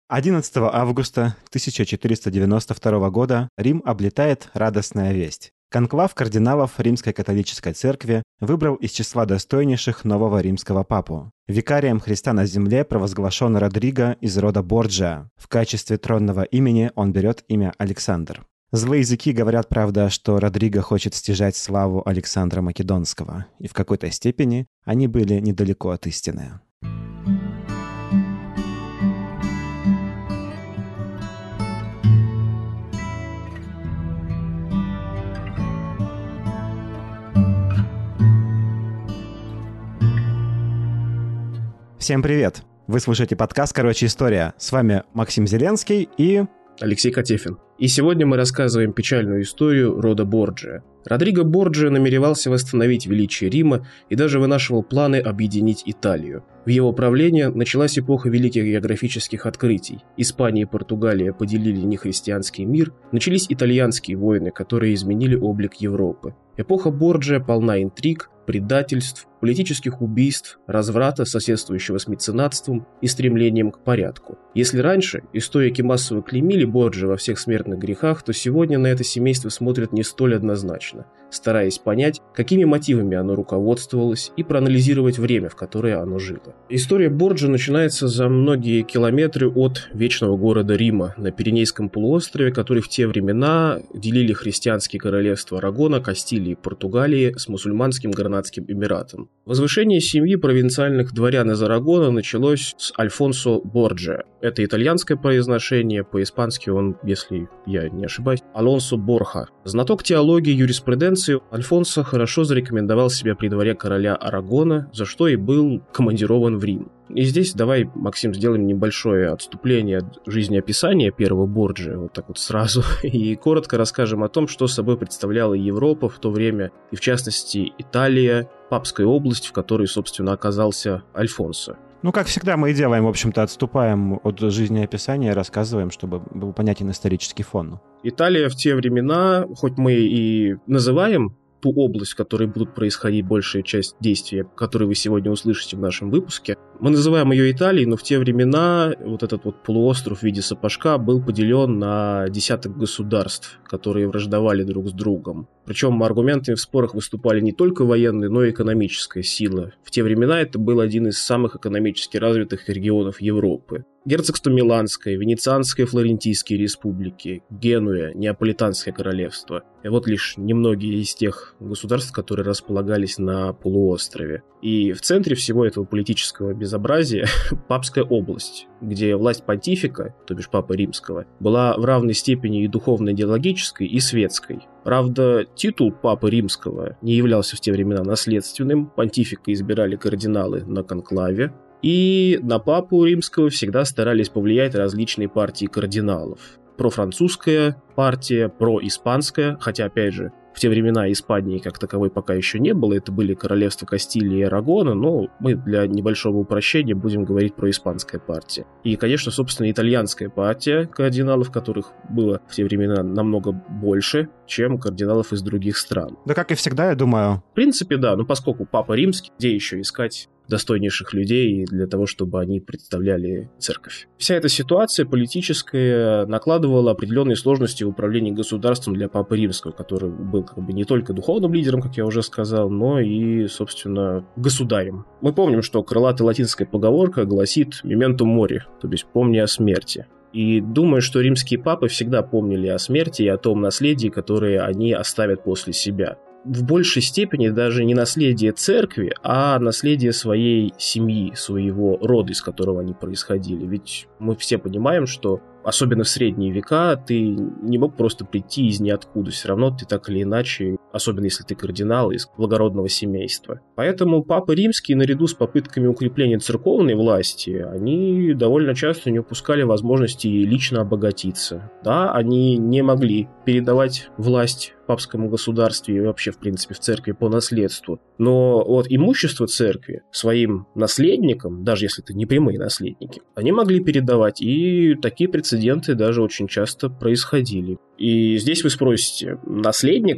11 августа 1492 года Рим облетает радостная весть. Конклав кардиналов Римской католической церкви выбрал из числа достойнейших нового римского папу. Викарием Христа на земле провозглашен Родриго из рода Борджиа. В качестве тронного имени он берет имя Александр. Злые языки говорят, правда, что Родриго хочет стяжать славу Александра Македонского, и в какой-то степени они были недалеко от истины. Всем привет! Вы слушаете подкаст «Короче, история». С вами Максим Зеленский и... Алексей Котефин. И сегодня мы рассказываем печальную историю рода Борджиа. Родриго Борджиа намеревался восстановить величие Рима и даже вынашивал планы объединить Италию. В его правление началась эпоха великих географических открытий. Испания и Португалия поделили нехристианский мир, начались итальянские войны, которые изменили облик Европы. Эпоха Борджиа полна интриг, предательств, политических убийств, разврата, соседствующего с меценатством и стремлением к порядку. Если раньше историки массово клеймили Борджиа во всех смертных грехах, то сегодня на это семейство смотрят не столь однозначно, стараясь понять, какими мотивами оно руководствовалось и проанализировать время, в которое оно жило. История Борджиа начинается за многие километры от вечного города Рима на Пиренейском полуострове, который в те времена делили христианские королевства Арагона, Кастилии и Португалии с мусульманским Гранадским Эмиратом. Возвышение семьи провинциальных дворян из Арагона началось с Альфонсо Борджиа. Это итальянское произношение, по-испански он, если я не ошибаюсь, Алонсо Борха. Знаток теологии и юриспруденции, Альфонсо хорошо зарекомендовал себя при дворе короля Арагона, за что и был командирован в Рим. И здесь давай, Максим, сделаем небольшое отступление от жизнеописания первого Борджиа, вот так вот сразу, и коротко расскажем о том, что собой представляла Европа в то время, и в частности Италия, папская область, в которой, собственно, оказался Альфонсо. Ну, как всегда мы и делаем, в общем-то, отступаем от жизнеописания, рассказываем, чтобы был понятен исторический фон. Италия в те времена, хоть мы и называем ту область, в которой будут происходить большая часть действий, которые вы сегодня услышите в нашем выпуске. Мы называем ее Италией, но в те времена вот этот вот полуостров в виде сапожка был поделен на десяток государств, которые враждовали друг с другом. Причем аргументами в спорах выступали не только военные, но и экономическая сила. В те времена это был один из самых экономически развитых регионов Европы. Герцогство Миланское, Венецианское, Флорентийские республики, Генуя, Неаполитанское королевство. И вот лишь немногие из тех государств, которые располагались на полуострове. И в центре всего этого политического безобразия папская область, где власть понтифика, то бишь папы римского, была в равной степени и духовно-идеологической, и светской. Правда, титул папы римского не являлся в те времена наследственным, понтифика избирали кардиналы на конклаве, и на папу римского всегда старались повлиять различные партии кардиналов. Профранцузская партия, происпанская, хотя, опять же, в те времена Испании как таковой пока еще не было, это были королевства Кастилии и Арагона, но мы для небольшого упрощения будем говорить про испанская партия. И, конечно, собственно, итальянская партия кардиналов, которых было в те времена намного больше, чем кардиналов из других стран. Да, как и всегда, я думаю. В принципе, да, но поскольку папа римский, где еще искать достойнейших людей для того, чтобы они представляли церковь. Вся эта ситуация политическая накладывала определенные сложности в управлении государством для папы римского, который был как бы не только духовным лидером, как я уже сказал, но и, собственно, государем. Мы помним, что крылатая латинская поговорка гласит «memento mori», то есть «помни о смерти». И думаю, что римские папы всегда помнили о смерти и о том наследии, которое они оставят после себя. В большей степени даже не наследие церкви, а наследие своей семьи, своего рода, из которого они происходили. Ведь мы все понимаем, что особенно в средние века ты не мог просто прийти из ниоткуда. Все равно ты так или иначе, особенно если ты кардинал из благородного семейства. Поэтому папы римские, наряду с попытками укрепления церковной власти, они довольно часто не упускали возможности лично обогатиться. Да, они не могли передавать власть папскому государству и вообще, в принципе, в церкви по наследству. Но вот имущество церкви своим наследникам, даже если это не прямые наследники, они могли передавать, и такие прецеденты даже очень часто происходили. И здесь вы спросите, наследникам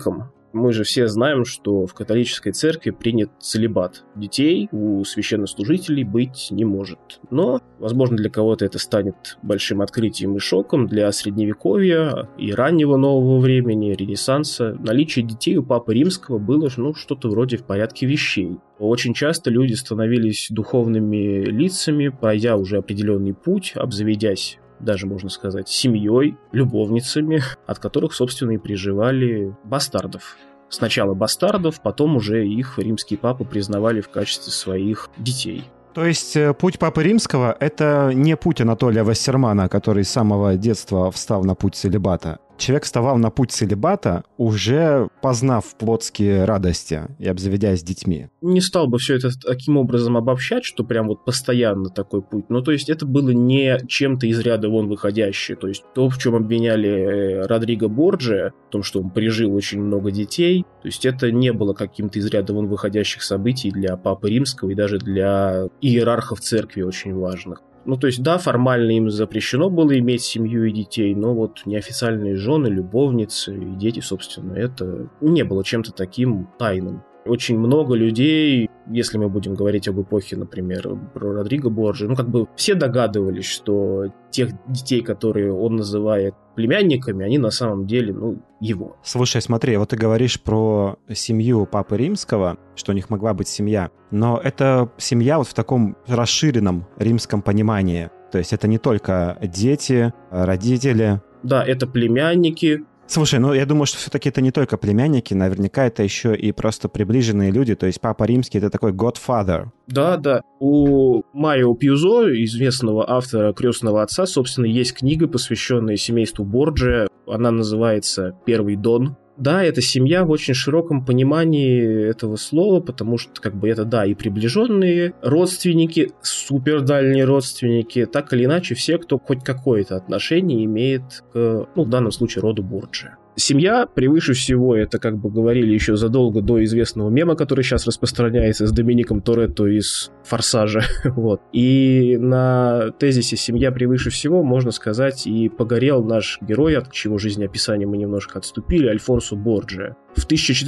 Мы же все знаем, что в католической церкви принят целибат. Детей у священнослужителей быть не может. Но, возможно, для кого-то это станет большим открытием и шоком. Для Средневековья и раннего нового времени, Ренессанса, наличие детей у Папы Римского было что-то вроде в порядке вещей. Очень часто люди становились духовными лицами, пройдя уже определенный путь, обзаведясь, даже можно сказать, семьей, любовницами, от которых, собственно, и приживали бастардов. Сначала бастардов, потом уже их римские папы признавали в качестве своих детей. То есть путь Папы Римского — это не путь Анатолия Вассермана, который с самого детства встал на путь целибата. Человек вставал на путь целибата, уже познав плотские радости и обзаведясь детьми. Не стал бы все это таким образом обобщать, что прям вот постоянно такой путь. Ну, то есть это было не чем-то из ряда вон выходящее. То есть то, в чем обвиняли Родриго Борджиа, в том, что он прижил очень много детей, то есть это не было каким-то из ряда вон выходящих событий для Папы Римского и даже для иерархов церкви очень важных. Ну, то есть, да, формально им запрещено было иметь семью и детей, но вот неофициальные жены, любовницы и дети, собственно, это не было чем-то таким тайным. Очень много людей, если мы будем говорить об эпохе, например, про Родриго Борджиа, все догадывались, что тех детей, которые он называет племянниками, они на самом деле, его. Слушай, смотри, вот ты говоришь про семью Папы Римского, что у них могла быть семья, но это семья вот в таком расширенном римском понимании. То есть это не только дети, родители. Да, это племянники. Слушай, я думаю, что все-таки это не только племянники, наверняка это еще и просто приближенные люди, то есть Папа Римский — это такой godfather. Да. У Марио Пьюзо, известного автора «Крестного отца», собственно, есть книга, посвященная семейству Борджиа. Она называется «Первый Дон». Да, это семья в очень широком понимании этого слова, потому что это, и приближенные родственники, супердальние родственники, так или иначе все, кто хоть какое-то отношение имеет к, в данном случае, роду Борджиа. Семья превыше всего, это говорили еще задолго до известного мема, который сейчас распространяется с Домиником Торетто из «Форсажа». Вот. И на тезисе «семья превыше всего», можно сказать, и погорел наш герой, от чего жизнеописания мы немножко отступили, Альфонсо Борджиа. В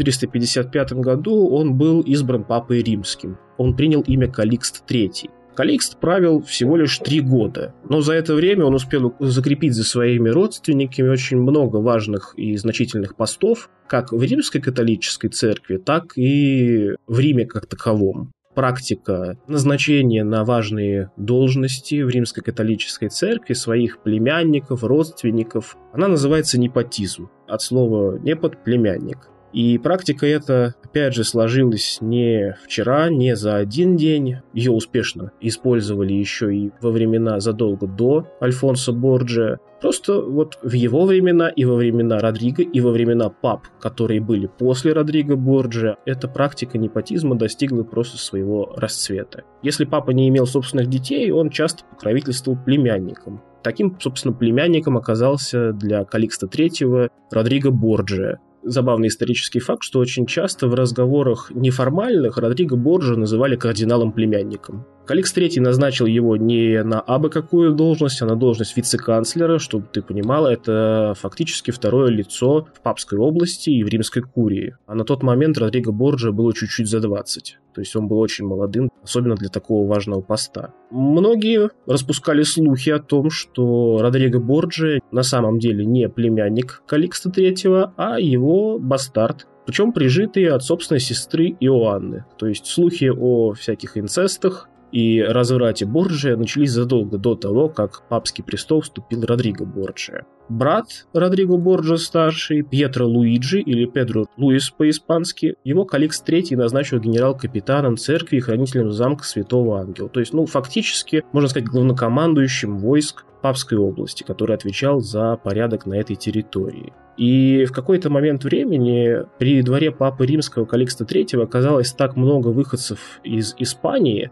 1455 году он был избран Папой Римским. Он принял имя Каликст III. Каликст правил всего лишь 3 года, но за это время он успел закрепить за своими родственниками очень много важных и значительных постов, как в римской католической церкви, так и в Риме как таковом. Практика назначения на важные должности в римской католической церкви своих племянников, родственников, она называется непотизм, от слова «непот» – племянник. И практика эта, опять же, сложилась не вчера, не за один день. Ее успешно использовали еще и во времена задолго до Альфонсо Борджиа. Просто вот в его времена и во времена Родриго, и во времена пап, которые были после Родриго Борджиа, эта практика непотизма достигла просто своего расцвета. Если папа не имел собственных детей, он часто покровительствовал племянникам. Таким, собственно, племянником оказался для Каликста III Родриго Борджиа. Забавный исторический факт, что очень часто в разговорах неформальных Родриго Борджиа называли кардиналом-племянником. Каликст III назначил его не на абы какую должность, а на должность вице-канцлера, чтобы ты понимал, это фактически второе лицо в Папской области и в Римской курии. А на тот момент Родриго Борджиа было чуть-чуть за 20. То есть он был очень молодым, особенно для такого важного поста. Многие распускали слухи о том, что Родриго Борджиа на самом деле не племянник Каликста III, а его бастард, причем прижитый от собственной сестры Иоанны. То есть слухи о всяких инцестах и разврате Борджиа начались задолго до того, как в папский престол вступил Родриго Борджиа. Брат Родриго Борджиа старший, Пьетро Луиджи или Педро Луис по-испански, его Каликст III назначил генерал-капитаном церкви и хранителем замка Святого Ангела. То есть, фактически, можно сказать, главнокомандующим войск Папской области, который отвечал за порядок на этой территории. И в какой-то момент времени при дворе Папы Римского Каликста III оказалось так много выходцев из Испании,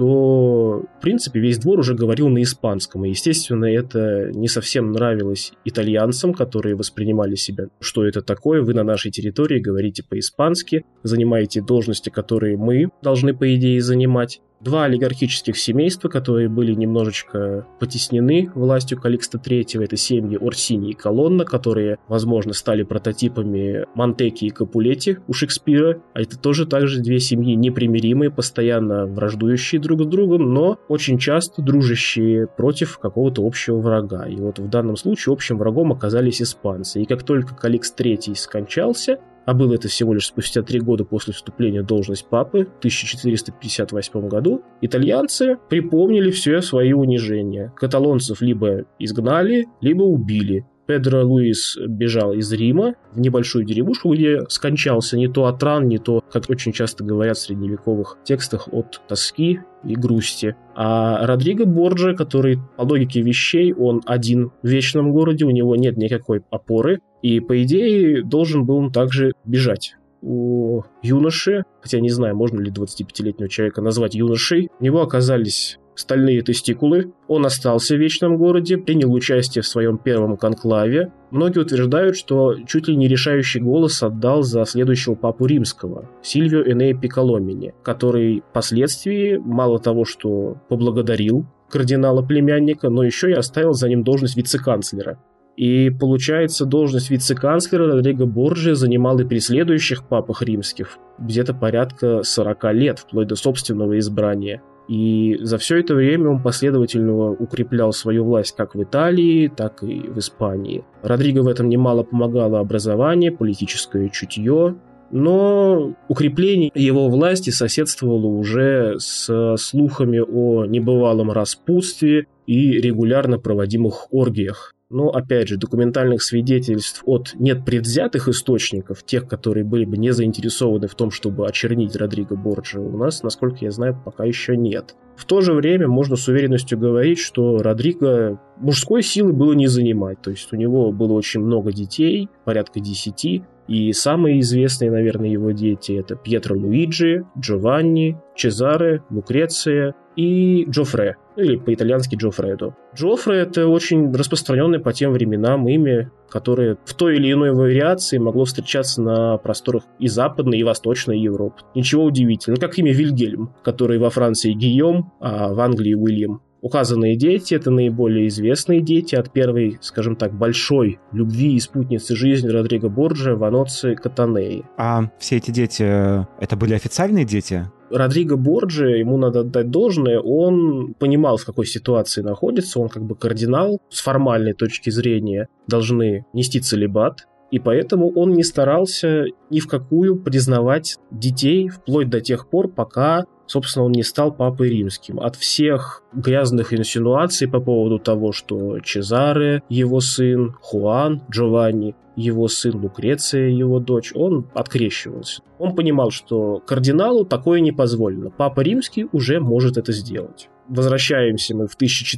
что, в принципе, весь двор уже говорил на испанском. И, естественно, это не совсем нравилось итальянцам, которые воспринимали себя, что это такое, вы на нашей территории говорите по-испански, занимаете должности, которые мы должны, по идее, занимать. два олигархических семейства, которые были немножечко потеснены властью Каликста III. Это семьи Орсини и Колонна, которые, возможно, стали прототипами Монтеки и Капулетти у Шекспира. А это тоже также две семьи непримиримые, постоянно враждующие друг с другом, но очень часто дружащие против какого-то общего врага. И вот в данном случае общим врагом оказались испанцы. И как только Каликст III скончался, а было это всего лишь спустя 3 года после вступления в должность папы в 1458 году, итальянцы припомнили все свои унижения. Каталонцев либо изгнали, либо убили. Педро Луис бежал из Рима в небольшую деревушку, где скончался не то от ран, не то, как очень часто говорят в средневековых текстах, от тоски и грусти. А Родриго Борджиа, который, по логике вещей, он один в вечном городе, у него нет никакой опоры, и, по идее, должен был он также бежать. У юноши, хотя не знаю, можно ли 25-летнего человека назвать юношей, у него оказались стальные тестикулы, он остался в вечном городе, принял участие в своем первом конклаве. Многие утверждают, что чуть ли не решающий голос отдал за следующего папу римского, Сильвио Энея Пикколомини, который впоследствии мало того, что поблагодарил кардинала-племянника, но еще и оставил за ним должность вице-канцлера. И, получается, должность вице-канцлера Родриго Борджиа занимал и при следующих папах римских где-то порядка 40 лет, вплоть до собственного избрания. И за все это время он последовательно укреплял свою власть как в Италии, так и в Испании. Родриго в этом немало помогало образование, политическое чутье, но укрепление его власти соседствовало уже с слухами о небывалом распутстве и регулярно проводимых оргиях. Но, опять же, документальных свидетельств от непредвзятых источников, тех, которые были бы не заинтересованы в том, чтобы очернить Родриго Борджиа, у нас, насколько я знаю, пока еще нет. В то же время можно с уверенностью говорить, что Родриго мужской силы было не занимать. То есть у него было очень много детей, порядка 10. И самые известные, наверное, его дети – это Пьетро Луиджи, Джованни, Чезаре, Лукреция и Джоффре, или по-итальянски Джофредо. Джоффре – это очень распространенное по тем временам имя, которое в той или иной вариации могло встречаться на просторах и Западной, и Восточной Европы. Ничего удивительного, как имя Вильгельм, который во Франции Гийом, а в Англии Уильям. Указанные дети – это наиболее известные дети от первой, скажем так, большой любви и спутницы жизни Родриго Борджиа, Ваноцци Катанеи. А все эти дети – это были официальные дети? Родриго Борджиа, ему надо отдать должное, он понимал, в какой ситуации находится, он как бы кардинал, с формальной точки зрения должны нести целибат, и поэтому он не старался ни в какую признавать детей вплоть до тех пор, пока, собственно, он не стал папой римским. От всех грязных инсинуаций по поводу того, что Чезаре, его сын, Хуан, Джованни, его сын, Лукреция, его дочь, он открещивался. Он понимал, что кардиналу такое не позволено. Папа римский уже может это сделать. Возвращаемся мы в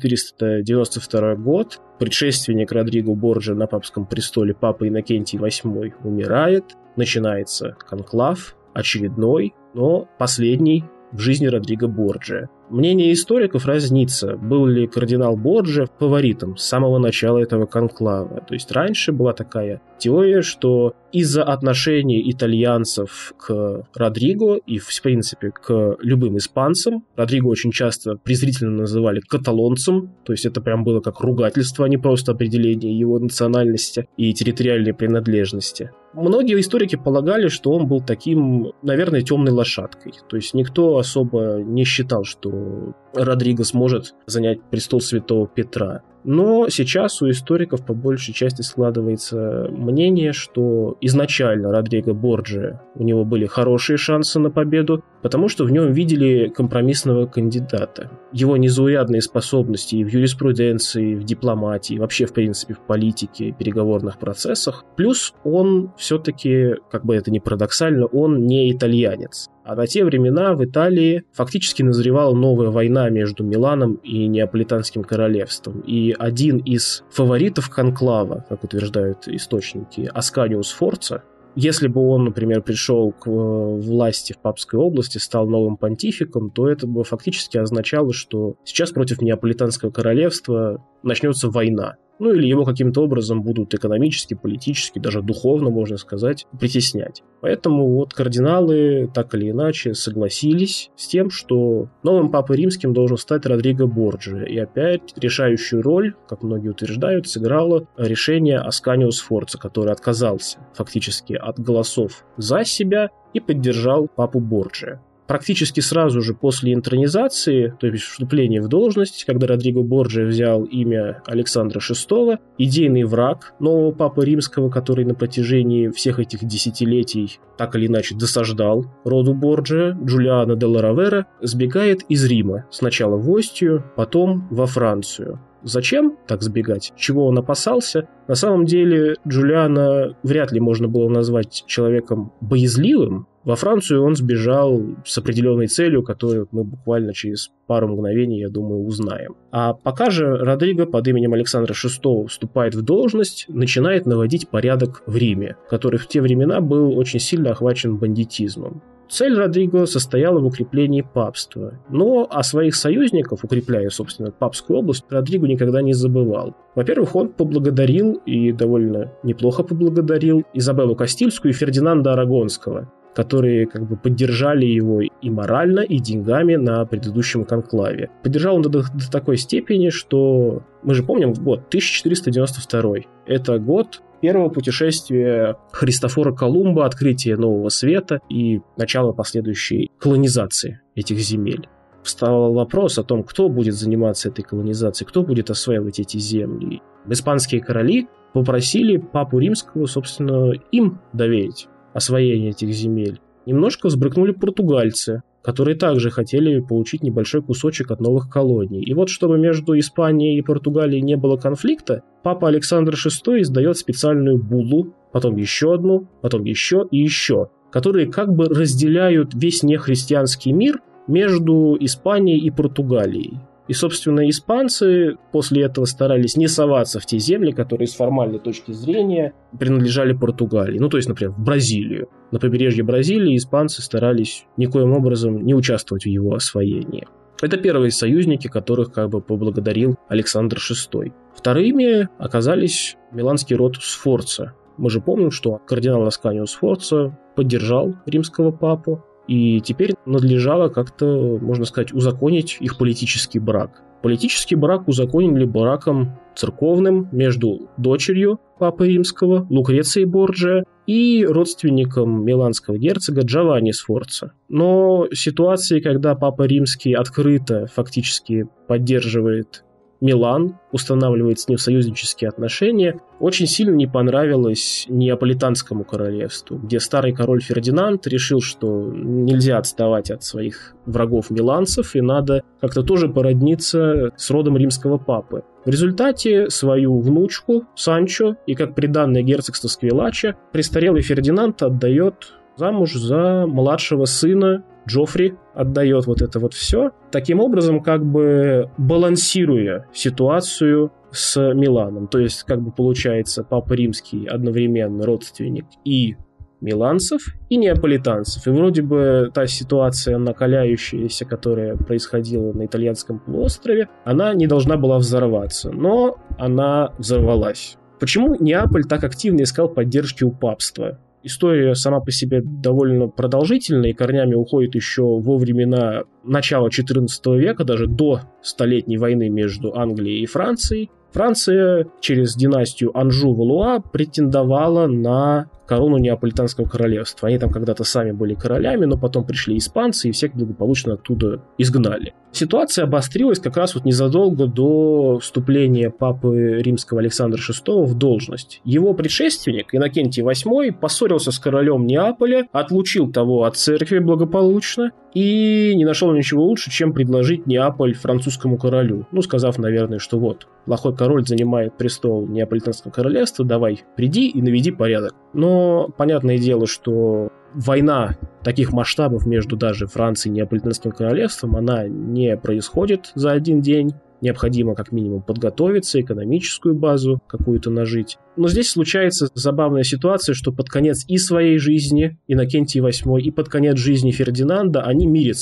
1492 год. Предшественник Родриго Борджиа на папском престоле, папа Иннокентий VIII, умирает. Начинается конклав, очередной, но последний в жизни Родриго Борджиа. Мнение историков разнится, был ли кардинал Борджиа фаворитом с самого начала этого конклава. То есть раньше была такая теория, что из-за отношения итальянцев к Родриго и, в принципе, к любым испанцам, Родриго очень часто презрительно называли каталонцем, то есть это прям было как ругательство, а не просто определение его национальности и территориальной принадлежности. Многие историки полагали, что он был таким, наверное, темной лошадкой. То есть никто особо не считал, что Родриго сможет занять престол святого Петра. Но сейчас у историков по большей части складывается мнение, что изначально Родриго Борджиа, у него были хорошие шансы на победу, потому что в нем видели компромиссного кандидата. Его незаурядные способности и в юриспруденции, и в дипломатии, вообще, в принципе, в политике и переговорных процессах. Плюс он все-таки, как бы это ни парадоксально, он не итальянец. А на те времена в Италии фактически назревала новая война между Миланом и Неаполитанским королевством. И один из фаворитов конклава, как утверждают источники, Асканиус Сфорца, если бы он, например, пришел к власти в Папской области, стал новым понтификом, то это бы фактически означало, что сейчас против Неаполитанского королевства начнется война. ну или его каким-то образом будут экономически, политически, даже духовно, можно сказать, притеснять. Поэтому вот кардиналы так или иначе согласились с тем, что новым папой римским должен стать Родриго Борджиа. И опять решающую роль, как многие утверждают, сыграло решение Асканио Сфорца, который отказался фактически от голосов за себя и поддержал папу Борджиа. Практически сразу же после интронизации, то есть вступления в должность, когда Родриго Борджиа взял имя Александра VI, идейный враг нового папы римского, который на протяжении всех этих десятилетий так или иначе досаждал роду Борджиа, Джулиано делла Ровера, сбегает из Рима, сначала в Остию, потом во Францию. Зачем так сбегать? Чего он опасался? На самом деле Джулиано вряд ли можно было назвать человеком боязливым. Во Францию он сбежал с определенной целью, которую мы буквально через пару мгновений, я думаю, узнаем. А пока же Родриго под именем Александра VI вступает в должность, начинает наводить порядок в Риме, который в те времена был очень сильно охвачен бандитизмом. Цель Родриго состояла в укреплении папства. Но о своих союзников, укрепляя, собственно, папскую область, Родриго никогда не забывал. Во-первых, он поблагодарил, и довольно неплохо поблагодарил, Изабеллу Кастильскую и Фердинанда Арагонского, которые как бы поддержали его и морально, и деньгами на предыдущем конклаве. Поддержал он до такой степени, что мы же помним год 1492. Это год первого путешествия Христофора Колумба, открытия Нового Света и начала последующей колонизации этих земель. Встал вопрос о том, кто будет заниматься этой колонизацией, кто будет осваивать эти земли. Испанские короли попросили папу римского, собственно, им доверить освоение этих земель. Немножко взбрыкнули португальцы, которые также хотели получить небольшой кусочек от новых колоний. И вот, чтобы между Испанией и Португалией не было конфликта, папа Александр VI издает специальную буллу, потом еще одну, потом еще и еще, которые как бы разделяют весь нехристианский мир между Испанией и Португалией. И, собственно, испанцы после этого старались не соваться в те земли, которые с формальной точки зрения принадлежали Португалии. Ну, то есть, например, в Бразилию. На побережье Бразилии испанцы старались никоим образом не участвовать в его освоении. Это первые союзники, которых как бы поблагодарил Александр VI. Вторыми оказались миланский род Сфорца. Мы же помним, что кардинал Асканио Сфорца поддержал римского папу, и теперь надлежало как-то, можно сказать, узаконить их политический брак. Политический брак узаконили браком церковным между дочерью папы римского Лукрецией Борджиа и родственником миланского герцога Джованни Сфорца. Но ситуации, когда папа римский открыто фактически поддерживает Милан, устанавливает с ним союзнические отношения, очень сильно не понравилось Неаполитанскому королевству, где старый король Фердинанд решил, что нельзя отставать от своих врагов-миланцев и надо как-то тоже породниться с родом римского папы. В результате свою внучку Санчо и как приданное герцогство Сквилаччо престарелый Фердинанд отдает замуж за младшего сына Джоффри, отдает вот это вот все, таким образом как бы балансируя ситуацию с Миланом. То есть как бы получается папа римский одновременно родственник и миланцев, и неаполитанцев. И вроде бы та ситуация накаляющаяся, которая происходила на итальянском полуострове, она не должна была взорваться, но она взорвалась. Почему Неаполь так активно искал поддержки у папства? История сама по себе довольно продолжительная и корнями уходит еще во времена начала XIV века, даже до Столетней войны между Англией и Францией. Франция через династию Анжу-Валуа претендовала на корону Неаполитанского королевства. Они там когда-то сами были королями, но потом пришли испанцы и всех благополучно оттуда изгнали. Ситуация обострилась как раз вот незадолго до вступления папы римского Александра VI в должность. Его предшественник Иннокентий VIII поссорился с королем Неаполя, отлучил того от церкви благополучно и не нашел ничего лучше, чем предложить Неаполь французскому королю. Ну, сказав, наверное, что вот, плохой король занимает престол Неаполитанского королевства, давай, приди и наведи порядок. Но понятное дело, что война таких масштабов между даже Францией и Неаполитанским королевством, она не происходит за один день. Необходимо как минимум подготовиться, экономическую базу какую-то нажить. Но здесь случается забавная ситуация, что под конец и своей жизни Иннокентий VIII, и под конец жизни Фердинанда они мирятся.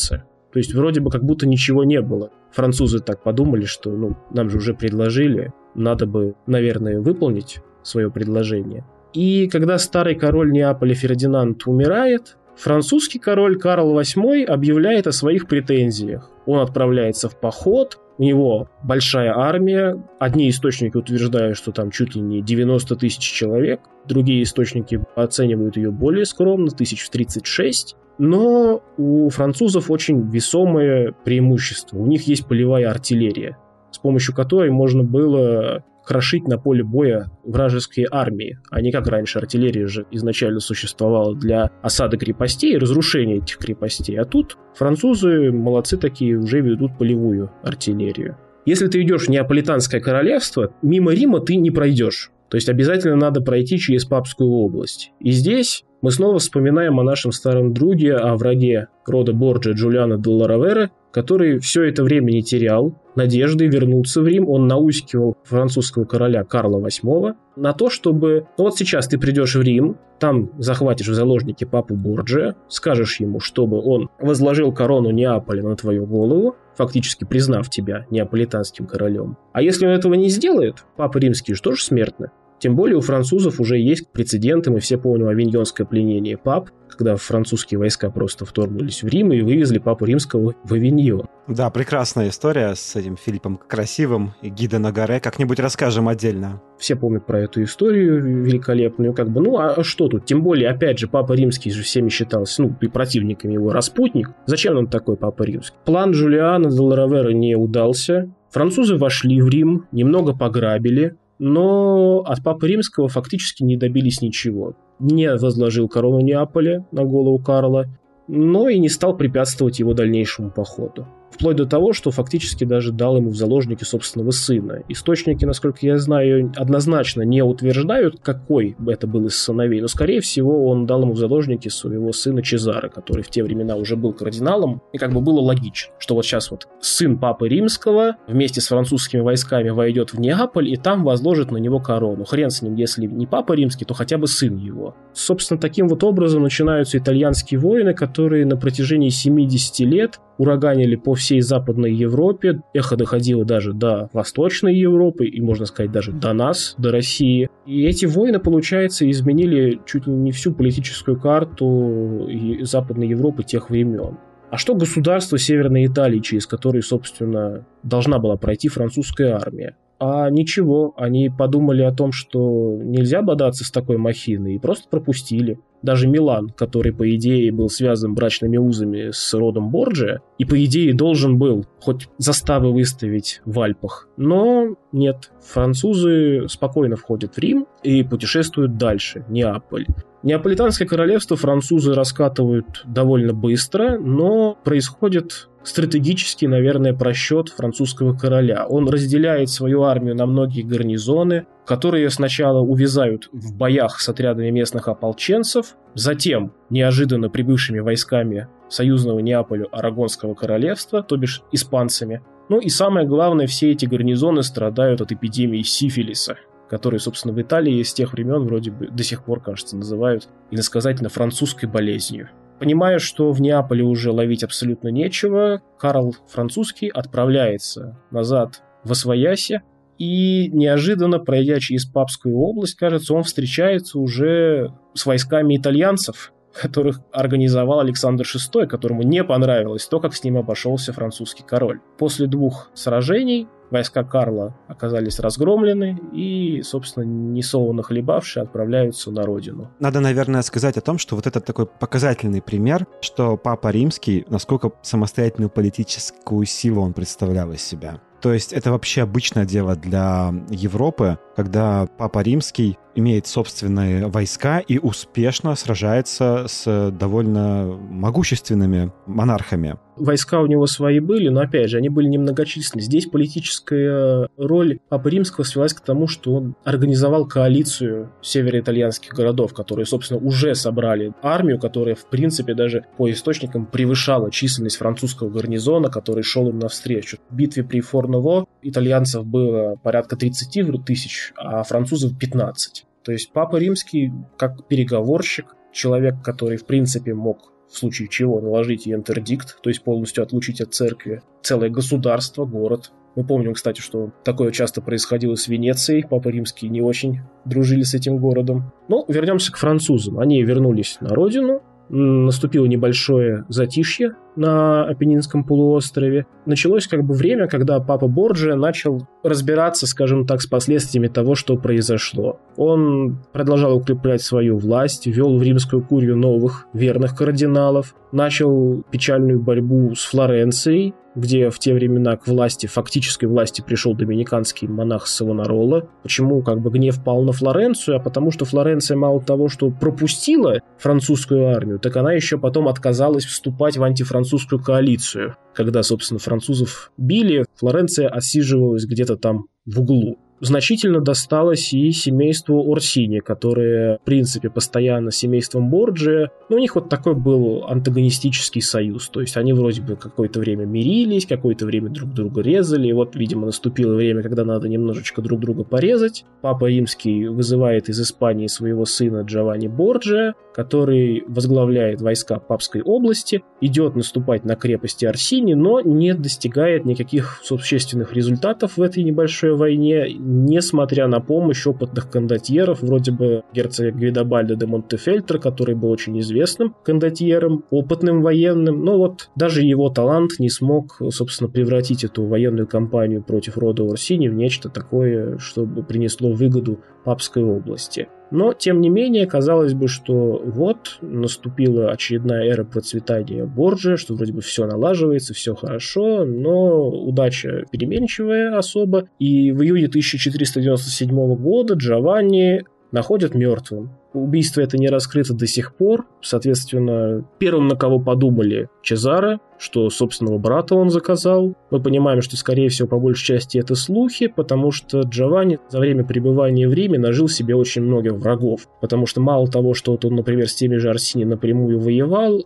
То есть вроде бы как будто ничего не было. Французы так подумали, что нам же уже предложили, надо бы, наверное, выполнить свое предложение. И когда старый король Неаполя Фердинанд умирает, французский король Карл VIII объявляет о своих претензиях. Он отправляется в поход, у него большая армия. Одни источники утверждают, что там чуть ли не 90 тысяч человек, другие источники оценивают ее более скромно, 36. Но у французов очень весомое преимущество. У них есть полевая артиллерия, с помощью которой можно было крошить на поле боя вражеские армии, а не как раньше. Артиллерия же изначально существовала для осады крепостей и разрушения этих крепостей. А тут французы, молодцы такие, уже ведут полевую артиллерию. Если ты идешь в Неаполитанское королевство, мимо Рима ты не пройдешь. То есть обязательно надо пройти через Папскую область. И здесь мы снова вспоминаем о нашем старом друге, о враге рода Борджиа Джулиано делла Ровера, который все это время не терял надежды вернуться в Рим. Он наускивал французского короля Карла VIII на то, чтобы... вот сейчас ты придешь в Рим, там захватишь в заложники папу Борджиа, скажешь ему, чтобы он возложил корону Неаполя на твою голову, фактически признав тебя неаполитанским королем. А если он этого не сделает, папы римские же тоже смертны. Тем более у французов уже есть прецеденты, мы все помним авиньонское пленение пап, когда французские войска просто вторгнулись в Рим и вывезли папу римского в Авиньон. Да, прекрасная история с этим Филиппом Красивым и Гидо на горе. Как-нибудь расскажем отдельно. Все помнят про эту историю великолепную. А что тут? Тем более, опять же, папа римский же всеми считался, и противниками его распутник. Зачем нам такой папа римский? План Джулиано делла Ровера не удался. Французы вошли в Рим, немного пограбили, но от папы римского фактически не добились ничего. Не возложил корону Неаполя на голову Карла, но и не стал препятствовать его дальнейшему походу. Вплоть до того, что фактически даже дал ему в заложники собственного сына. Источники, насколько я знаю, однозначно не утверждают, какой это был из сыновей, но, скорее всего, он дал ему в заложники своего сына Чезаре, который в те времена уже был кардиналом, и было логично, что вот сейчас сын папы римского вместе с французскими войсками войдет в Неаполь и там возложит на него корону. Хрен с ним, если не папа римский, то хотя бы сын его. Собственно, таким образом начинаются итальянские войны, которые на протяжении 70 лет ураганили по всей Западной Европе. Эхо доходило даже до Восточной Европы и, можно сказать, даже до нас, до России. И эти войны, получается, изменили чуть ли не всю политическую карту Западной Европы тех времен. А что государство Северной Италии, через которое, собственно, должна была пройти французская армия? А ничего, они подумали о том, что нельзя бодаться с такой махиной, и просто пропустили. Даже Милан, который, по идее, был связан брачными узами с родом Борджиа, и, по идее, должен был хоть заставы выставить в Альпах. Но нет, французы спокойно входят в Рим и путешествуют дальше, Неаполь. Неаполитанское королевство французы раскатывают довольно быстро, но происходит стратегический, наверное, просчет французского короля. Он разделяет свою армию на многие гарнизоны, которые сначала увязают в боях с отрядами местных ополченцев, затем неожиданно прибывшими войсками союзного Неаполю Арагонского королевства, то бишь испанцами. И самое главное, все эти гарнизоны страдают от эпидемии сифилиса, который, собственно, в Италии с тех времен вроде бы до сих пор, кажется, называют иносказательно французской болезнью. Понимая, что в Неаполе уже ловить абсолютно нечего, Карл Французский отправляется назад в Освояси, и неожиданно, пройдя через Папскую область, кажется, он встречается уже с войсками итальянцев, которых организовал Александр VI, которому не понравилось то, как с ним обошелся французский король. После 2 сражений войска Карла оказались разгромлены и, собственно, несолоно хлебавшие отправляются на родину. Надо, наверное, сказать о том, что вот это такой показательный пример, что Папа Римский, насколько самостоятельную политическую силу он представлял из себя. То есть это вообще обычное дело для Европы, когда Папа Римский имеет собственные войска и успешно сражается с довольно могущественными монархами. Войска у него свои были, но, опять же, они были немногочисленны. Здесь политическая роль Папы Римского свелась к тому, что он организовал коалицию североитальянских городов, которые, собственно, уже собрали армию, которая, в принципе, даже по источникам превышала численность французского гарнизона, который шел им навстречу. В битве при Форново итальянцев было порядка 30 тысяч, а французов 15. То есть Папа Римский, как переговорщик, человек, который, в принципе, мог в случае чего наложить интердикт, то есть полностью отлучить от церкви целое государство, город. Мы помним, кстати, что такое часто происходило с Венецией. Папы римские не очень дружили с этим городом. Но вернемся к французам. Они вернулись на родину. Наступило небольшое затишье на Апеннинском полуострове. Началось время, когда папа Борджиа начал разбираться, скажем так, с последствиями того, что произошло. Он продолжал укреплять свою власть, ввел в римскую курию новых верных кардиналов, начал печальную борьбу с Флоренцией, где в те времена к власти, фактической власти, пришел доминиканский монах Савонарола. Почему гнев пал на Флоренцию? А потому что Флоренция мало того, что пропустила французскую армию, так она еще потом отказалась вступать в антифранцузскую коалицию. Когда, собственно, французов били, Флоренция отсиживалась где-то там в углу. Значительно досталось и семейству Орсини, которое, в принципе, постоянно с семейством Борджиа, но у них такой был антагонистический союз, то есть они вроде бы какое-то время мирились, какое-то время друг друга резали, и видимо, наступило время, когда надо немножечко друг друга порезать. Папа Римский вызывает из Испании своего сына Джованни Борджиа, который возглавляет войска Папской области, идет наступать на крепости Орсини, но не достигает никаких существенных результатов в этой небольшой войне, несмотря на помощь опытных кондотьеров, вроде бы герцога Гвидобальдо де Монтефельтро, который был очень известным кондотьером, опытным военным, но даже его талант не смог, собственно, превратить эту военную кампанию против рода Орсини в нечто такое, чтобы принесло выгоду Папской области. Но, тем не менее, казалось бы, что наступила очередная эра процветания Борджиа, что вроде бы все налаживается, все хорошо, но удача переменчивая особо, и в июне 1497 года Джованни находят мертвым. Убийство это не раскрыто до сих пор. Соответственно, первым, на кого подумали, Чезаре, что собственного брата он заказал. Мы понимаем, что, скорее всего, по большей части это слухи, потому что Джованни за время пребывания в Риме нажил себе очень многих врагов. Потому что мало того, что он, например, с теми же Орсини напрямую воевал,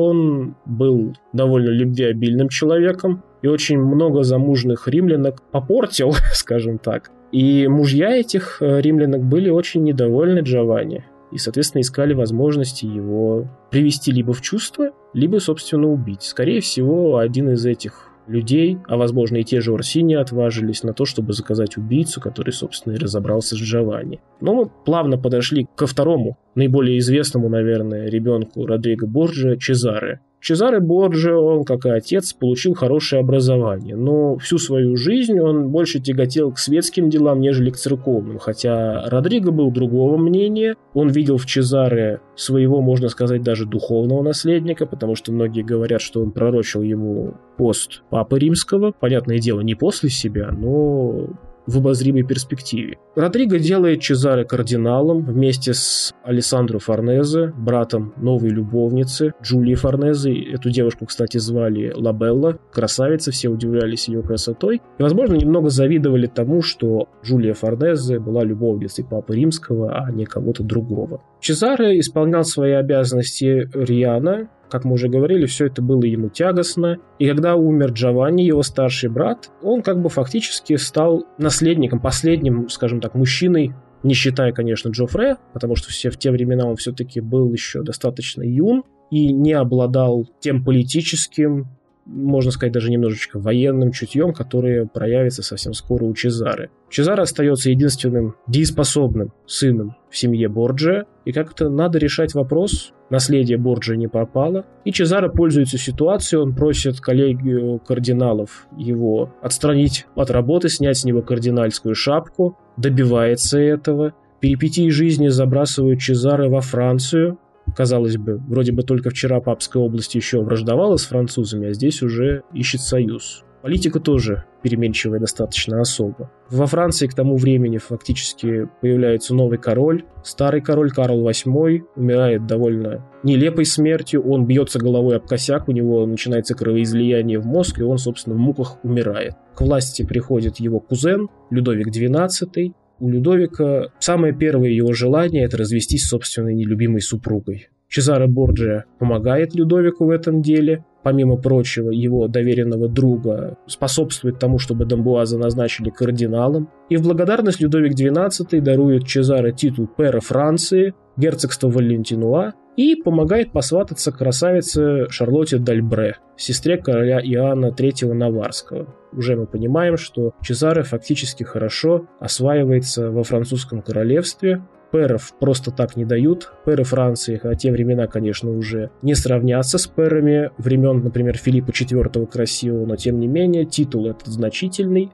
он был довольно любвеобильным человеком и очень много замужних римлянок попортил, скажем так. И мужья этих римлянок были очень недовольны Джованни и, соответственно, искали возможности его привести либо в чувство, либо, собственно, убить. Скорее всего, один из этих людей, а, возможно, и те же Орсини отважились на то, чтобы заказать убийцу, который, собственно, и разобрался с Джованни. Но мы плавно подошли ко второму, наиболее известному, наверное, ребенку Родриго Борджиа, Чезаре. Чезаре Борджиа, он, как и отец, получил хорошее образование, но всю свою жизнь он больше тяготел к светским делам, нежели к церковным, хотя Родриго был другого мнения, он видел в Чезаре своего, можно сказать, даже духовного наследника, потому что многие говорят, что он пророчил ему пост Папы Римского, понятное дело, не после себя, но в обозримой перспективе. Родриго делает Чезаре кардиналом вместе с Алессандро Форнезе, братом новой любовницы Джулии Форнезе. Эту девушку, кстати, звали Лабелла, красавица, все удивлялись ее красотой. И, возможно, немного завидовали тому, что Джулия Форнезе была любовницей Папы Римского, а не кого-то другого. Чезаре исполнял свои обязанности рьяно. Как мы уже говорили, все это было ему тягостно. И когда умер Джованни, его старший брат, он фактически стал наследником, последним, скажем так, мужчиной, не считая, конечно, Джоффре, потому что в те времена он все-таки был еще достаточно юн и не обладал тем политическим, можно сказать, даже немножечко военным чутьем, которое проявится совсем скоро у Чезаре. Чезаре остается единственным дееспособным сыном в семье Борджиа, и как-то надо решать вопрос. Наследие Борджиа не пропало, и Чезаре пользуется ситуацией, он просит коллегию кардиналов его отстранить от работы, снять с него кардинальскую шапку, добивается этого. Перипетии жизни забрасывают Чезаре во Францию. Казалось бы, вроде бы только вчера Папская область еще враждовала с французами, а здесь уже ищет союз. Политика тоже переменчивая достаточно особо. Во Франции к тому времени фактически появляется новый король. Старый король Карл VIII умирает довольно нелепой смертью. Он бьется головой об косяк, у него начинается кровоизлияние в мозг, и он, собственно, в муках умирает. К власти приходит его кузен Людовик XII. У Людовика самое первое его желание – это развестись с собственной нелюбимой супругой. Чезаре Борджиа помогает Людовику в этом деле. Помимо прочего, его доверенного друга способствует тому, чтобы Дамбуаза назначили кардиналом. И в благодарность Людовик XII дарует Чезаре титул пэра Франции, герцогство Валентинуа и помогает посвататься красавице Шарлотте д'Альбре, сестре короля Иоанна III Наварского. Уже мы понимаем, что Чезаре фактически хорошо осваивается во французском королевстве. Пэров просто так не дают. Пэры Франции, а те времена, конечно, уже не сравнятся с пэрами времен, например, Филиппа IV Красивого, но тем не менее титул этот значительный,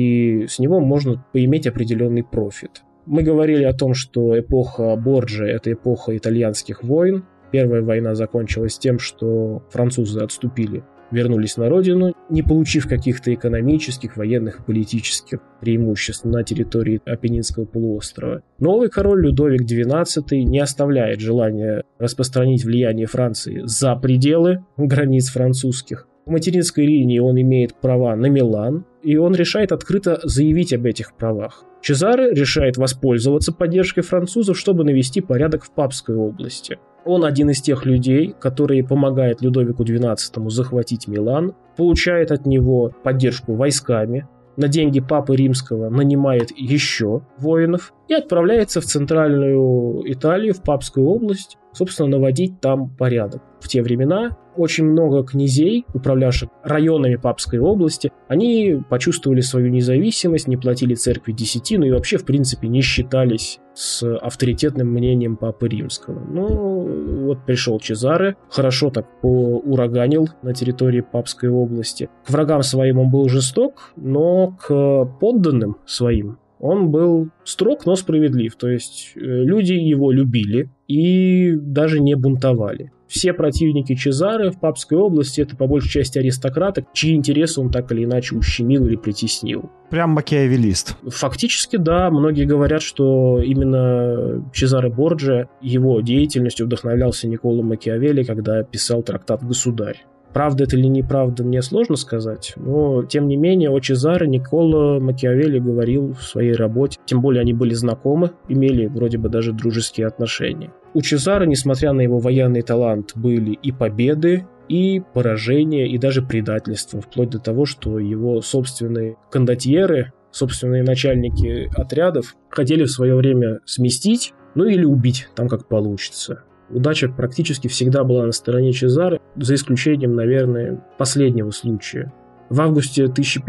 и с него можно поиметь определенный профит. Мы говорили о том, что эпоха Борджиа – это эпоха итальянских войн. Первая война закончилась тем, что французы отступили, вернулись на родину, не получив каких-то экономических, военных и политических преимуществ на территории Апеннинского полуострова. Новый король Людовик XII не оставляет желания распространить влияние Франции за пределы границ французских. В материнской линии он имеет права на Милан, и он решает открыто заявить об этих правах. Чезаре решает воспользоваться поддержкой французов, чтобы навести порядок в Папской области. Он один из тех людей, которые помогают Людовику XII захватить Милан, получает от него поддержку войсками, на деньги Папы Римского нанимает еще воинов и отправляется в центральную Италию, в Папскую область, собственно, наводить там порядок. В те времена очень много князей, управлявших районами Папской области, они почувствовали свою независимость, не платили церкви десятину и вообще, в принципе, не считались с авторитетным мнением Папы Римского. Ну, вот пришел Чезаре, хорошо так поураганил на территории Папской области. К врагам своим он был жесток, но к подданным своим он был строг, но справедлив. То есть люди его любили и даже не бунтовали. Все противники Чезаре в Папской области — это по большей части аристократы, чьи интересы он так или иначе ущемил или притеснил. Прям макиавеллист. Фактически, да. Многие говорят, что именно Чезаре Борджиа, его деятельностью вдохновлялся Никколо Макиавелли, когда писал трактат «Государь». Правда это или неправда, мне сложно сказать, но, тем не менее, о Чезаре Никколо Макиавелли говорил в своей работе, тем более они были знакомы, имели вроде бы даже дружеские отношения. У Чезаре, несмотря на его военный талант, были и победы, и поражения, и даже предательство, вплоть до того, что его собственные кондотьеры, собственные начальники отрядов хотели в свое время сместить, ну или убить, там как получится. Удача практически всегда была на стороне Чезаре, за исключением, наверное, последнего случая. В августе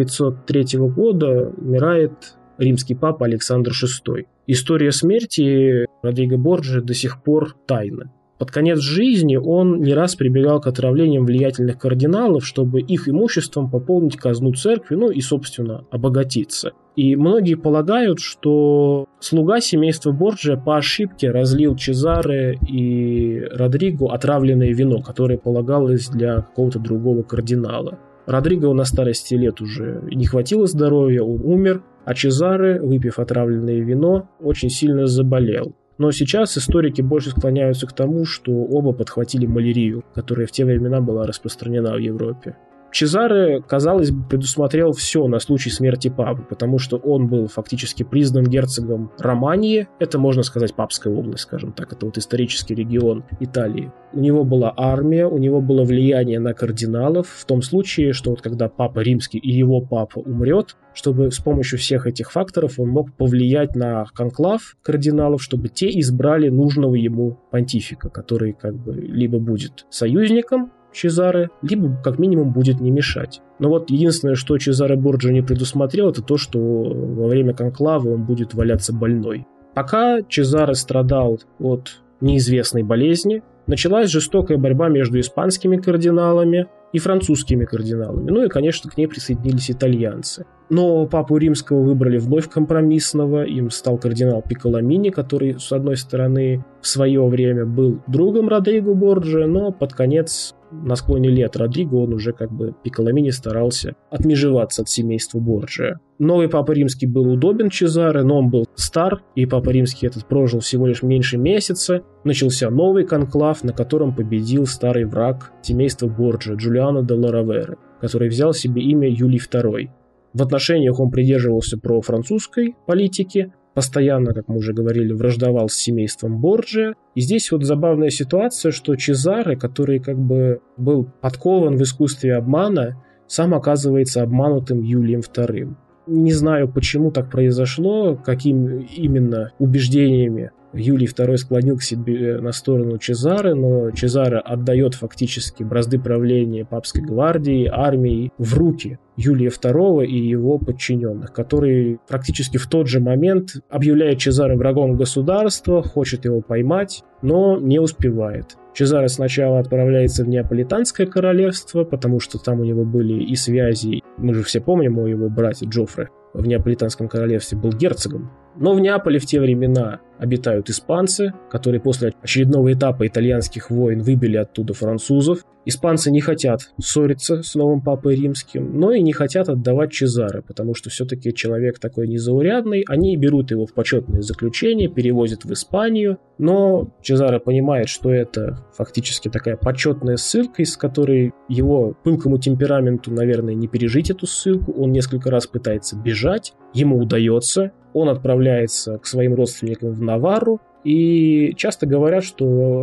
1503 года умирает римский папа Александр VI. История смерти Родриго Борджиа до сих пор тайна. Под конец жизни он не раз прибегал к отравлениям влиятельных кардиналов, чтобы их имуществом пополнить казну церкви, ну и, собственно, обогатиться. И многие полагают, что слуга семейства Борджиа по ошибке разлил Чезаре и Родриго отравленное вино, которое полагалось для какого-то другого кардинала. Родриго на старости лет уже не хватило здоровья, он умер, а Чезаре, выпив отравленное вино, очень сильно заболел. Но сейчас историки больше склоняются к тому, что оба подхватили малярию, которая в те времена была распространена в Европе. Чезаре, казалось бы, предусмотрел все на случай смерти папы, потому что он был фактически признан герцогом Романии, это, можно сказать, Папская область, скажем так, это вот исторический регион Италии. У него была армия, у него было влияние на кардиналов, в том случае, что вот когда Папа Римский и его папа умрет, чтобы с помощью всех этих факторов он мог повлиять на конклав кардиналов, чтобы те избрали нужного ему понтифика, который как бы либо будет союзником Чезаре, либо как минимум будет не мешать. Но вот единственное, что Чезаре Борджиа не предусмотрел, это то, что во время конклава он будет валяться больной. Пока Чезаре страдал от неизвестной болезни, началась жестокая борьба между испанскими кардиналами и французскими кардиналами. Ну и, конечно, к ней присоединились итальянцы. Но папу римского выбрали вновь компромиссного, им стал кардинал Пикколамини, который, с одной стороны, в свое время был другом Родриго Борджиа, но под конец, на склоне лет Родриго, он уже как бы Пикколамини старался отмежеваться от семейства Борджиа. Новый папа римский был удобен Чезаре, но он был стар, и папа римский этот прожил всего лишь меньше месяца. Начался новый конклав, на котором победил старый враг семейства Борджиа, Джулиано де Равера, который взял себе имя Юлий II. В отношениях он придерживался профранцузской политики, постоянно, как мы уже говорили, враждовал с семейством Борджиа. И здесь вот забавная ситуация, что Чезаре, который как бы был подкован в искусстве обмана, сам оказывается обманутым Юлием II. Не знаю, почему так произошло, какими именно убеждениями Юлий II склонил к себе на сторону Чезаре, но Чезаре отдает фактически бразды правления папской гвардии, армии в руки Юлия II и его подчиненных, который практически в тот же момент объявляет Чезаре врагом государства, хочет его поймать, но не успевает. Чезаре сначала отправляется в Неаполитанское королевство, потому что там у него были и связи, мы же все помним о его брате Джоффре, в Неаполитанском королевстве был герцогом. Но в Неаполе в те времена обитают испанцы, которые после очередного этапа итальянских войн выбили оттуда французов. Испанцы не хотят ссориться с новым папой римским, но и не хотят отдавать Чезаре, потому что все-таки человек такой незаурядный. Они берут его в почетное заключение, перевозят в Испанию, но Чезаре понимает, что это фактически такая почетная ссылка, из которой его пылкому темпераменту, наверное, не пережить эту ссылку. Он несколько раз пытается бежать, ему удается. Он отправляется к своим родственникам в Наварру, и часто говорят, что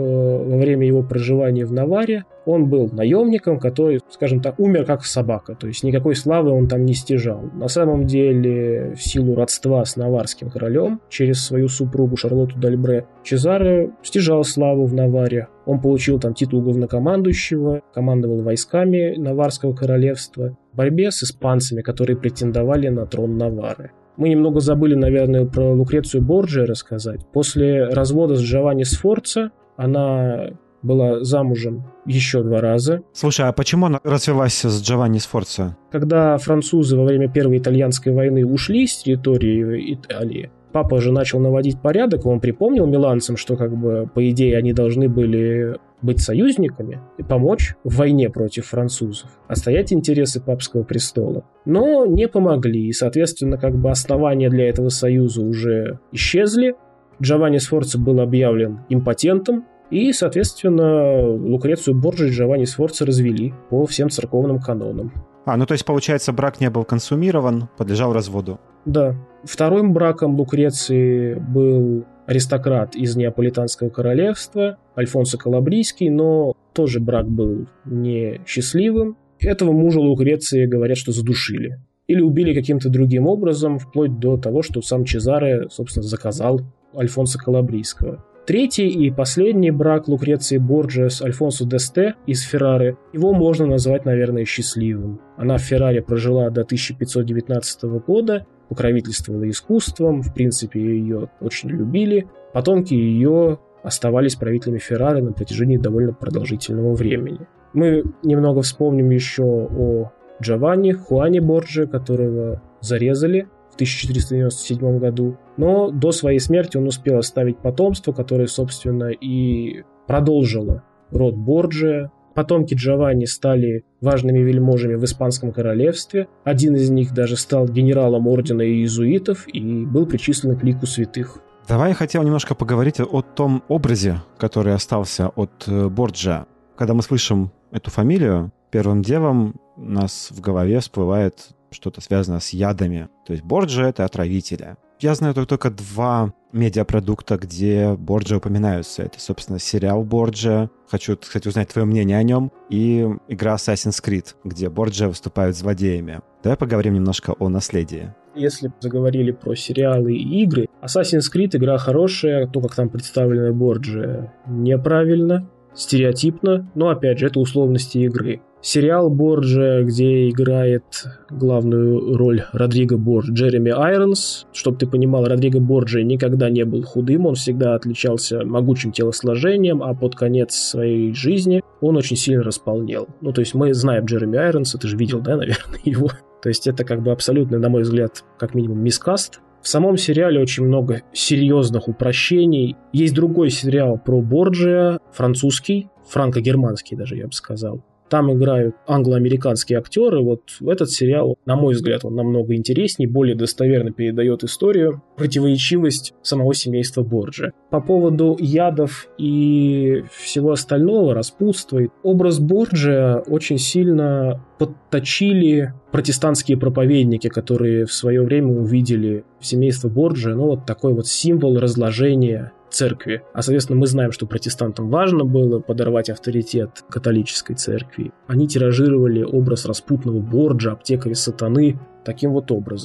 во время его проживания в Наварре он был наемником, который, скажем так, умер как собака, то есть никакой славы он там не стяжал. На самом деле, в силу родства с наварским королем, через свою супругу Шарлотту д'Альбре, Чезаре стяжал славу в Наварре. Он получил там титул главнокомандующего, командовал войсками Наварского королевства в борьбе с испанцами, которые претендовали на трон Наварры. Мы немного забыли, наверное, про Лукрецию Борджиа рассказать. После развода с Джованни Сфорца она была замужем еще 2 раза. Слушай, а почему она развелась с Джованни Сфорца? Когда французы во время Первой итальянской войны ушли с территории Италии, папа же начал наводить порядок, он припомнил миланцам, что как бы по идее они должны были быть союзниками и помочь в войне против французов, отстоять интересы папского престола. Но не помогли, и, соответственно, как бы основания для этого союза уже исчезли. Джованни Сфорца был объявлен импотентом, и, соответственно, Лукрецию Борджиа и Джованни Сфорца развели по всем церковным канонам. Ну то есть, получается, брак не был консумирован, подлежал разводу. Да. Вторым браком Лукреции был аристократ из Неаполитанского королевства, Альфонсо Калабрийский, но тоже брак был несчастливым. Этого мужа Лукреции, говорят, что задушили. Или убили каким-то другим образом, вплоть до того, что сам Чезаре, собственно, заказал Альфонсо Калабрийского. Третий и последний брак Лукреции Борджиа с Альфонсо d'Este из Феррары, его можно назвать, наверное, счастливым. Она в Ферраре прожила до 1519 года, покровительствовала искусством, в принципе, ее очень любили. Потомки ее оставались правителями Феррары на протяжении довольно продолжительного времени. Мы немного вспомним еще о Хуане Борджиа, которого зарезали в 1497 году, но до своей смерти он успел оставить потомство, которое, собственно, и продолжило род Борджиа. Потомки Джованни стали важными вельможами в Испанском королевстве. Один из них даже стал генералом ордена иезуитов и был причислен к лику святых. Давай я хотел немножко поговорить о том образе, который остался от Борджиа. Когда мы слышим эту фамилию, первым делом у нас в голове всплывает что-то связанное с ядами. То есть Борджиа — это отравители. Я знаю только 2 медиапродукта, где Борджиа упоминаются. Это, собственно, сериал Борджиа. Хочу, кстати, узнать твое мнение о нем. И игра Assassin's Creed, где Борджиа выступают злодеями. Давай поговорим немножко о наследии. Если заговорили про сериалы и игры, Assassin's Creed игра хорошая, то, как там представлена Борджиа, неправильно, стереотипно, но, опять же, это условности игры. Сериал Борджиа, где играет главную роль Родриго Борджиа, Джереми Айронс. Чтобы ты понимал, Родриго Борджиа никогда не был худым, он всегда отличался могучим телосложением, а под конец своей жизни он очень сильно располнел. Ну, то есть мы знаем Джереми Айронса, ты же видел, да, наверное, его? То есть это как бы абсолютно, на мой взгляд, как минимум мискаст. В самом сериале очень много серьезных упрощений. Есть другой сериал про Борджиа, французский, франко-германский даже, я бы сказал. Там играют англо-американские актеры. Вот этот сериал, на мой взгляд, он намного интереснее, более достоверно передает историю, противоречивость самого семейства Борджиа. По поводу ядов и всего остального, распутства, образ Борджиа очень сильно подточили протестантские проповедники, которые в свое время увидели в семействе Борджиа, вот такой вот символ разложения церкви. А, соответственно, мы знаем, что протестантам важно было подорвать авторитет католической церкви. Они тиражировали образ распутного Борджиа, аптекаря сатаны, таким вот образом.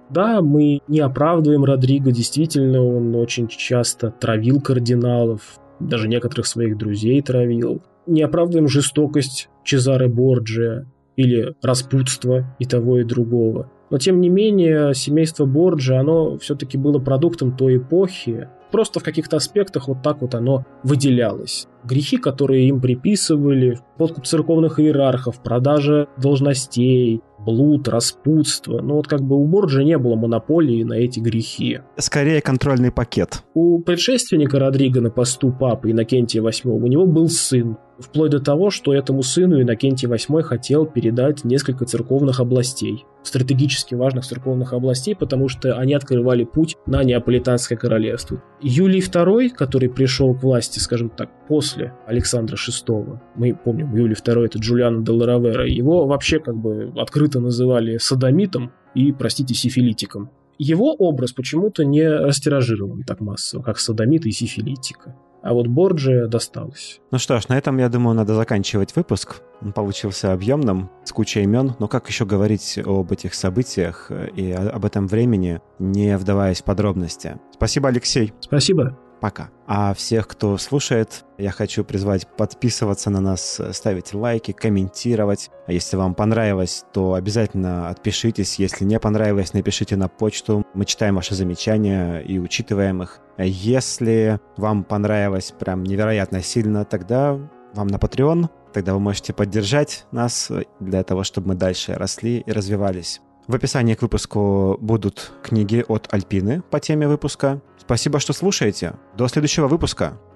Да, мы не оправдываем Родриго, действительно, он очень часто травил кардиналов, даже некоторых своих друзей травил. Не оправдываем жестокость Чезаре Борджиа или распутство и того, и другого. Но, тем не менее, семейство Борджиа, оно все-таки было продуктом той эпохи. Просто в каких-то аспектах вот так вот оно выделялось. Грехи, которые им приписывали, подкуп церковных иерархов, продажа должностей, блуд, распутство. Ну вот как бы у Борджиа не было монополии на эти грехи. Скорее контрольный пакет. У предшественника Родриго на посту папы Иннокентия VIII у него был сын. Вплоть до того, что этому сыну Иннокентий VIII хотел передать несколько церковных областей. Стратегически важных церковных областей, потому что они открывали путь на Неаполитанское королевство. Юлий II, который пришел к власти, скажем так, после Александра VI, мы помним, Юлий II это Джулиано де Ла, его вообще как бы открыто называли содомитом и, простите, сифилитиком. Его образ почему-то не растиражирован так массово, как содомита и сифилитика. А вот Борджиа досталось. Ну что ж, на этом, я думаю, надо заканчивать выпуск. Он получился объемным, с кучей имен. Но как еще говорить об этих событиях и об этом времени, не вдаваясь в подробности? Спасибо, Алексей. Спасибо. Пока. А всех, кто слушает, я хочу призвать подписываться на нас, ставить лайки, комментировать. А если вам понравилось, то обязательно отпишитесь. Если не понравилось, напишите на почту. Мы читаем ваши замечания и учитываем их. Если вам понравилось прям невероятно сильно, тогда вам на Patreon. Тогда вы можете поддержать нас для того, чтобы мы дальше росли и развивались. В описании к выпуску будут книги от Альпины по теме выпуска. Спасибо, что слушаете. До следующего выпуска.